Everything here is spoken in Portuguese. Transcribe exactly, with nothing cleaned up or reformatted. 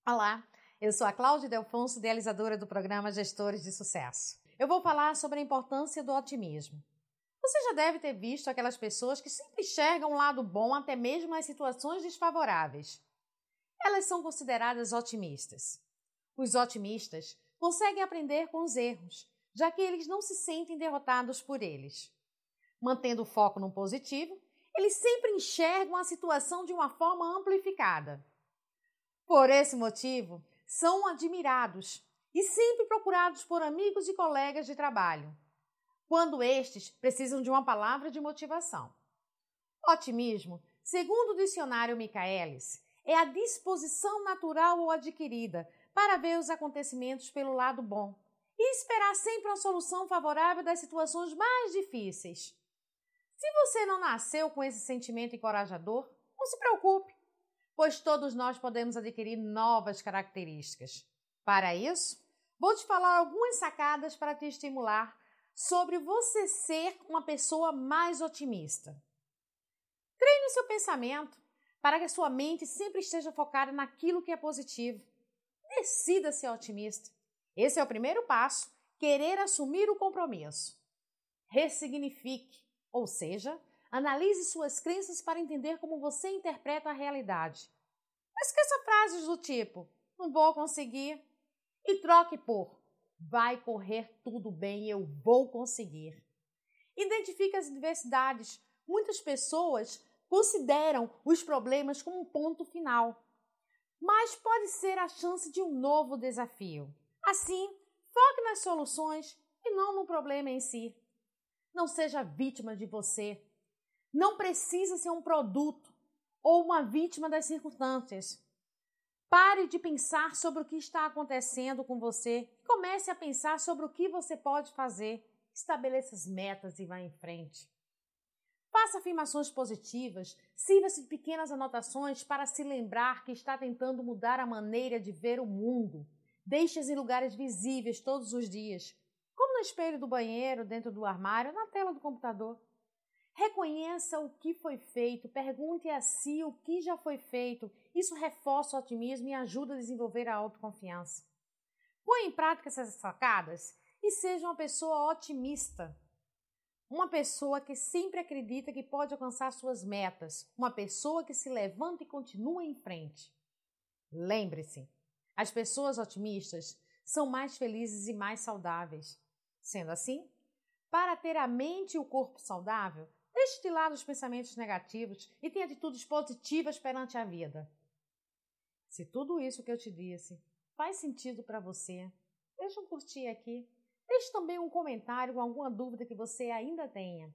Olá, eu sou a Cláudia Delfonso, idealizadora do programa Gestores de Sucesso. Eu vou falar sobre a importância do otimismo. Você já deve ter visto aquelas pessoas que sempre enxergam um lado bom até mesmo nas situações desfavoráveis. Elas são consideradas otimistas. Os otimistas conseguem aprender com os erros, já que eles não se sentem derrotados por eles. Mantendo o foco no positivo, eles sempre enxergam a situação de uma forma amplificada. Por esse motivo, são admirados e sempre procurados por amigos e colegas de trabalho, quando estes precisam de uma palavra de motivação. Otimismo, segundo o dicionário Michaelis, é a disposição natural ou adquirida para ver os acontecimentos pelo lado bom e esperar sempre uma solução favorável das situações mais difíceis. Se você não nasceu com esse sentimento encorajador, não se preocupe, pois todos nós podemos adquirir novas características. Para isso, vou te falar algumas sacadas para te estimular sobre você ser uma pessoa mais otimista. Treine o seu pensamento para que a sua mente sempre esteja focada naquilo que é positivo. Decida ser otimista. Esse é o primeiro passo, querer assumir o compromisso. Ressignifique, ou seja, analise suas crenças para entender como você interpreta a realidade. Esqueça frases do tipo, não vou conseguir, e troque por, vai correr tudo bem, eu vou conseguir. Identifique as adversidades. Muitas pessoas consideram os problemas como um ponto final, mas pode ser a chance de um novo desafio. Assim, foque nas soluções e não no problema em si. Não seja vítima de você. Não precisa ser um produto ou uma vítima das circunstâncias. Pare de pensar sobre o que está acontecendo com você e comece a pensar sobre o que você pode fazer. Estabeleça as metas e vá em frente. Faça afirmações positivas, sirva-se de pequenas anotações para se lembrar que está tentando mudar a maneira de ver o mundo. Deixe-as em lugares visíveis todos os dias, como no espelho do banheiro, dentro do armário, na tela do computador. Reconheça o que foi feito, pergunte a si o que já foi feito. Isso reforça o otimismo e ajuda a desenvolver a autoconfiança. Põe em prática essas sacadas e seja uma pessoa otimista. Uma pessoa que sempre acredita que pode alcançar suas metas. Uma pessoa que se levanta e continua em frente. Lembre-se, as pessoas otimistas são mais felizes e mais saudáveis. Sendo assim, para ter a mente e o corpo saudável, deixe de lado os pensamentos negativos e tenha atitudes positivas perante a vida. Se tudo isso que eu te disse faz sentido para você, deixa um curtir aqui. Deixe também um comentário com alguma dúvida que você ainda tenha.